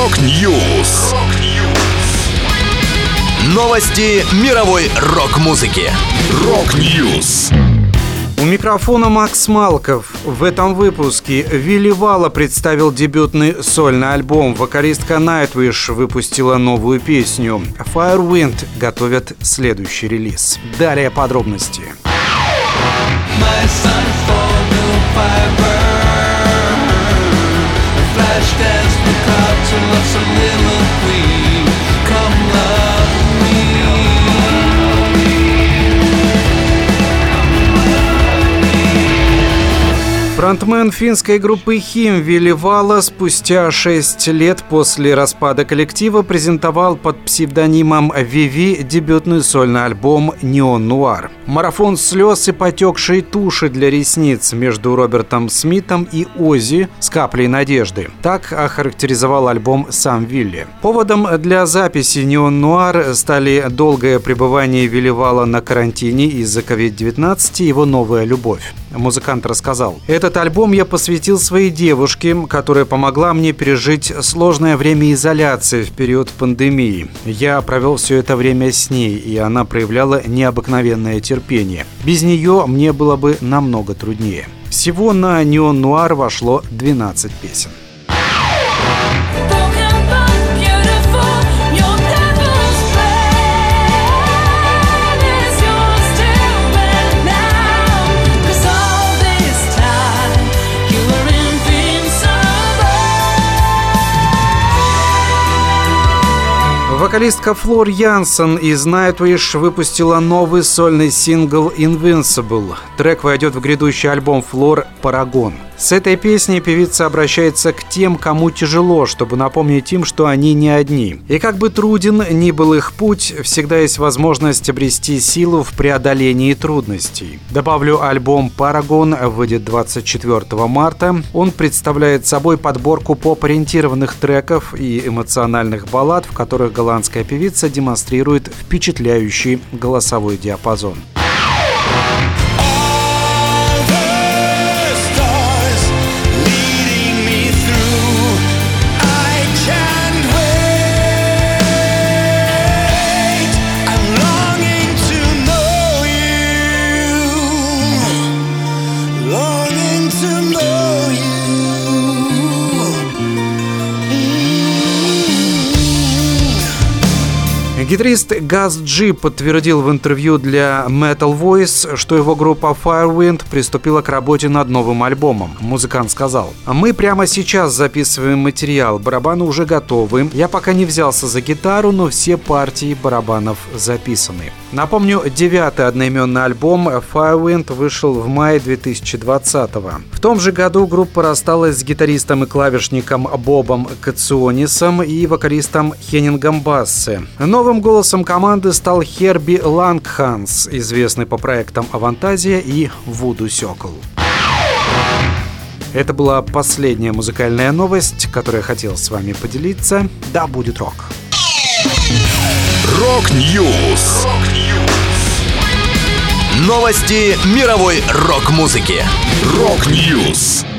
Рок-Ньюс. Новости мировой рок-музыки. Рок-Ньюс. У микрофона Макс Малков. В этом выпуске Вилли Валло представил дебютный сольный альбом. Вокалистка Nightwish выпустила новую песню. Firewind готовят следующий релиз. Далее подробности. Фронтмен финской группы Хим Вилли Валло спустя 6 лет после распада коллектива презентовал под псевдонимом Виви дебютный сольный альбом «Неон Нуар». Марафон слез и потекшей туши для ресниц между Робертом Смитом и Оззи с каплей надежды. Так охарактеризовал альбом сам Вилли. Поводом для записи «Неон Нуар» стали долгое пребывание Вилли Валло на карантине из-за COVID-19 и его новая любовь. Музыкант рассказал: «Этот альбом я посвятил своей девушке, которая помогла мне пережить сложное время изоляции в период пандемии. Я провел все это время с ней, и она проявляла необыкновенное терпение. Без нее мне было бы намного труднее». Всего на «Неон Нуар» вошло 12 песен. Вокалистка Флор Янсен из Nightwish выпустила новый сольный сингл «Invincible». Трек войдет в грядущий альбом Флор «Парагон». С этой песней певица обращается к тем, кому тяжело, чтобы напомнить им, что они не одни. И как бы труден ни был их путь, всегда есть возможность обрести силу в преодолении трудностей. Добавлю, альбом «Парагон» выйдет 24 марта. Он представляет собой подборку поп-ориентированных треков и эмоциональных баллад, в которых голландская певица демонстрирует впечатляющий голосовой диапазон. Гитарист Газ Джи подтвердил в интервью для Metal Voice, что его группа Firewind приступила к работе над новым альбомом. Музыкант сказал: «Мы прямо сейчас записываем материал, барабаны уже готовы. Я пока не взялся за гитару, но все партии барабанов записаны». Напомню, 9-й одноименный альбом Firewind вышел в мае 2020-го. В том же году группа рассталась с гитаристом и клавишником Бобом Кационисом и вокалистом Хеннингом Бассе. Новым голосом команды стал Херби Лангханс, известный по проектам «Авантазия» и «Вуду Сёкл». Это была последняя музыкальная новость, которую я хотел с вами поделиться. Да будет рок! Рок-Ньюс. Новости мировой рок-музыки. Рок-Ньюс.